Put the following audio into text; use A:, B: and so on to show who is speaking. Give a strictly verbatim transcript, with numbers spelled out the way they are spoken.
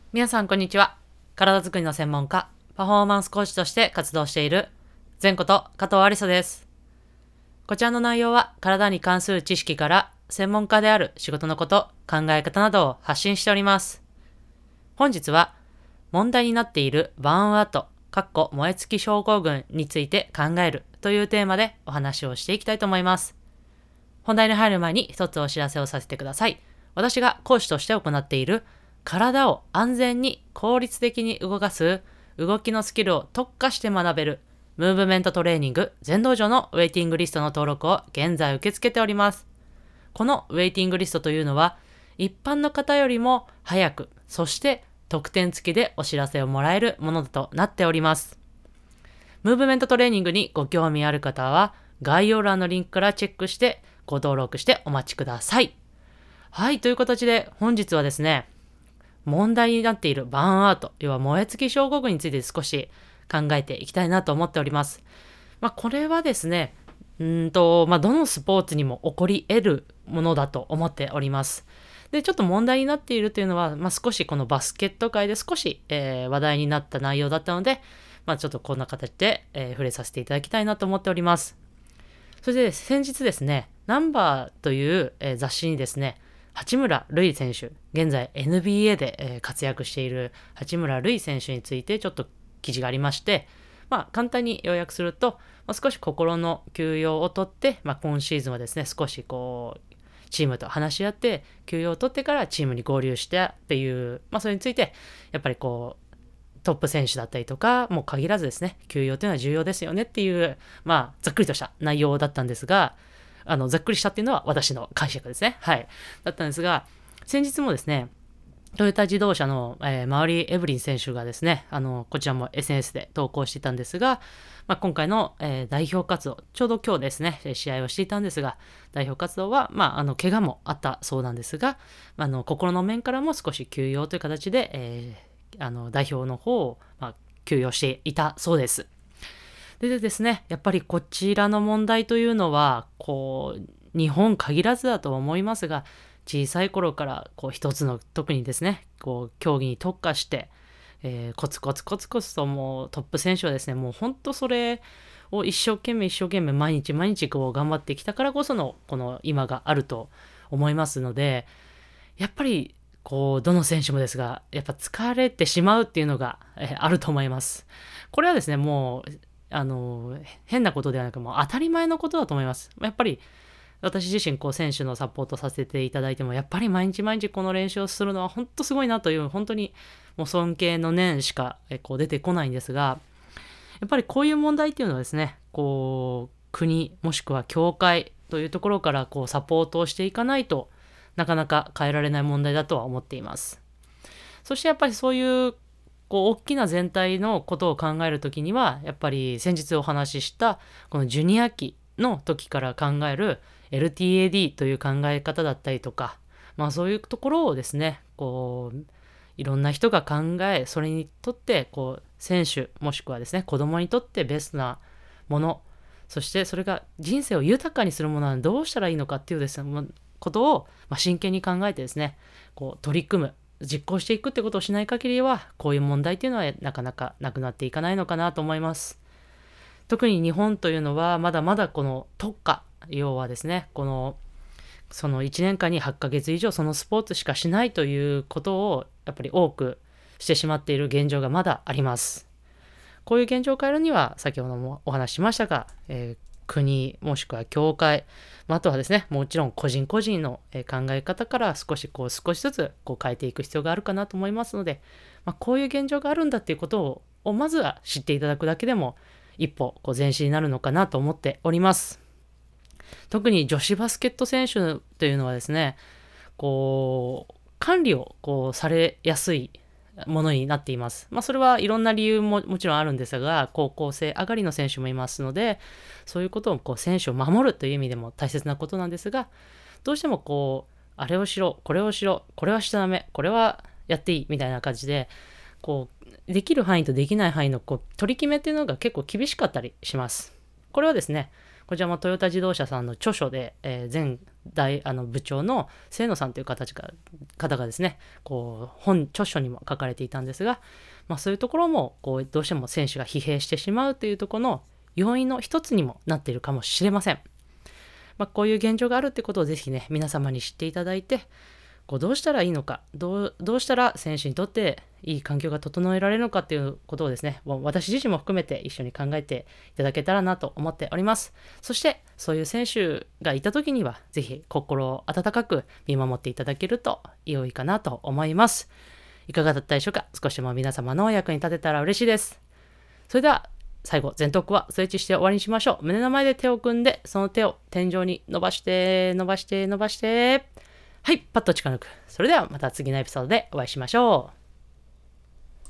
A: 皆さんこんにちは。体づくりの専門家、パフォーマンスコーチとして活動している前こと加藤ありさです。こちらの内容は体に関する知識から専門家である仕事のこと、考え方などを発信しております。本日は問題になっているバーンアウト、かっこ燃え尽き症候群について考えるというテーマでお話をしていきたいと思います。本題に入る前に一つお知らせをさせてください。私が講師として行っている体を安全に効率的に動かす動きのスキルを特化して学べるムーブメントトレーニング全道場のウェイティングリストの登録を現在受け付けております。このウェイティングリストというのは一般の方よりも早く、そして特典付きでお知らせをもらえるものとなっております。ムーブメントトレーニングにご興味ある方は概要欄のリンクからチェックしてご登録してお待ちください。はい、という形で本日はですね、問題になっているバーンアウト、要は燃え尽き症候群について少し考えていきたいなと思っております。まあ、これはですね、うーんと、まあ、どのスポーツにも起こり得るものだと思っております。で、ちょっと問題になっているというのは、まあ、少しこのバスケット界で少し、えー話題になった内容だったので、まあ、ちょっとこんな形で、えー触れさせていただきたいなと思っております。それで先日ですね、ナンバーという、えー雑誌にですね、八村塁選手、現在 エヌビーエー で、えー活躍している八村塁選手についてちょっと記事がありまして、まあ簡単に要約すると、まあ、少し心の休養をとって、まあ、今シーズンはですね、少しこう、チームと話し合って休養を取ってからチームに合流したっていう、まあそれについて、やっぱりこう、トップ選手だったりとか、もう限らずですね、休養というのは重要ですよねっていう、まあ、ざっくりとした内容だったんですが、あの、ざっくりしたっていうのは私の解釈ですね。はい。だったんですが、先日もですね、トヨタ自動車の、えー、周りエブリン選手がですね、あの、こちらも エスエヌエス で投稿していたんですが、まあ、今回の、えー代表活動、ちょうど今日ですね、試合をしていたんですが、代表活動は、まあ、あの、怪我もあったそうなんですが、あの、心の面からも少し休養という形で、えーあの、代表の方を、まあ、休養していたそうです。ででですね、やっぱりこちらの問題というのは、こう、日本限らずだと思いますが、小さい頃からこう一つの特にですね、こう競技に特化して、えーコツコツコツコツともうトップ選手はですね、もう本当それを一生懸命一生懸命毎日毎日こう頑張ってきたからこそのこの今があると思いますので、やっぱりこうどの選手もですが、やっぱ疲れてしまうっていうのが、えーあると思います。これはですね、もうあの変なことではなく、もう当たり前のことだと思います。やっぱり私自身こう選手のサポートさせていただいても、やっぱり毎日毎日この練習をするのは本当すごいなという、本当にもう尊敬の念しかえこう出てこないんですが、やっぱりこういう問題っていうのはですね、こう国もしくは協会というところからこうサポートをしていかないとなかなか変えられない問題だとは思っています。そしてやっぱりそういうこう大きな全体のことを考えるときには、やっぱり先日お話ししたこのジュニア期の時から考える エルティーエーディー という考え方だったりとか、まあそういうところをですね、こういろんな人が考え、それにとってこう選手もしくはですね、子供にとってベストなもの、そしてそれが人生を豊かにするものはどうしたらいいのかっていうですね、ことをまあ真剣に考えてですね、こう取り組む、実行していくってことをしない限りは、こういう問題っていうのはなかなかなくなっていかないのかなと思います。特に日本というのはまだまだこの特化、要はですね、このそのいちねんかんにはちかげつ以上そのスポーツしかしないということをやっぱり多くしてしまっている現状がまだあります。こういう現状を変えるには、先ほどもお話ししましたが、えー国もしくは協会、まああとはですね、もちろん個人個人のえー考え方から少しこう少しずつこう変えていく必要があるかなと思いますので、まあ、こういう現状があるんだっていうことををまずは知っていただくだけでも一歩こう前進になるのかなと思っております。特に女子バスケット選手というのはですね、こう管理をこうされやすいものになっています。まあそれはいろんな理由ももちろんあるんですが、高校生上がりの選手もいますので、そういうことをこう選手を守るという意味でも大切なことなんですが、どうしてもこうあれをしろ、これをしろ、これはしちゃダメ、これはやっていいみたいな感じで、こうできる範囲とできない範囲のこう取り決めっていうのが結構厳しかったりします。これはですね、 こちらもトヨタ自動車さんの著書で、えー、前大あの部長の清野さんという方が方がですね、こう本著書にも書かれていたんですが、まあ、そういうところもこうどうしても選手が疲弊してしまうというところの要因の一つにもなっているかもしれません。まあ、こういう現状があるってことをぜひね、皆様に知っていただいて、こうどうしたらいいのか、どう、どうしたら選手にとっていい環境が整えられるのかっていうことをですね、私自身も含めて一緒に考えていただけたらなと思っております。そして、そういう選手がいた時には、ぜひ心を温かく見守っていただけると良いかなと思います。いかがだったでしょうか。少しでも皆様の役に立てたら嬉しいです。それでは、最後、前頭腔はストレッチして終わりにしましょう。胸の前で手を組んで、その手を天井に伸ばして、伸ばして、伸ばして、はい、パッと力抜く。それではまた次のエピソードでお会いしましょう。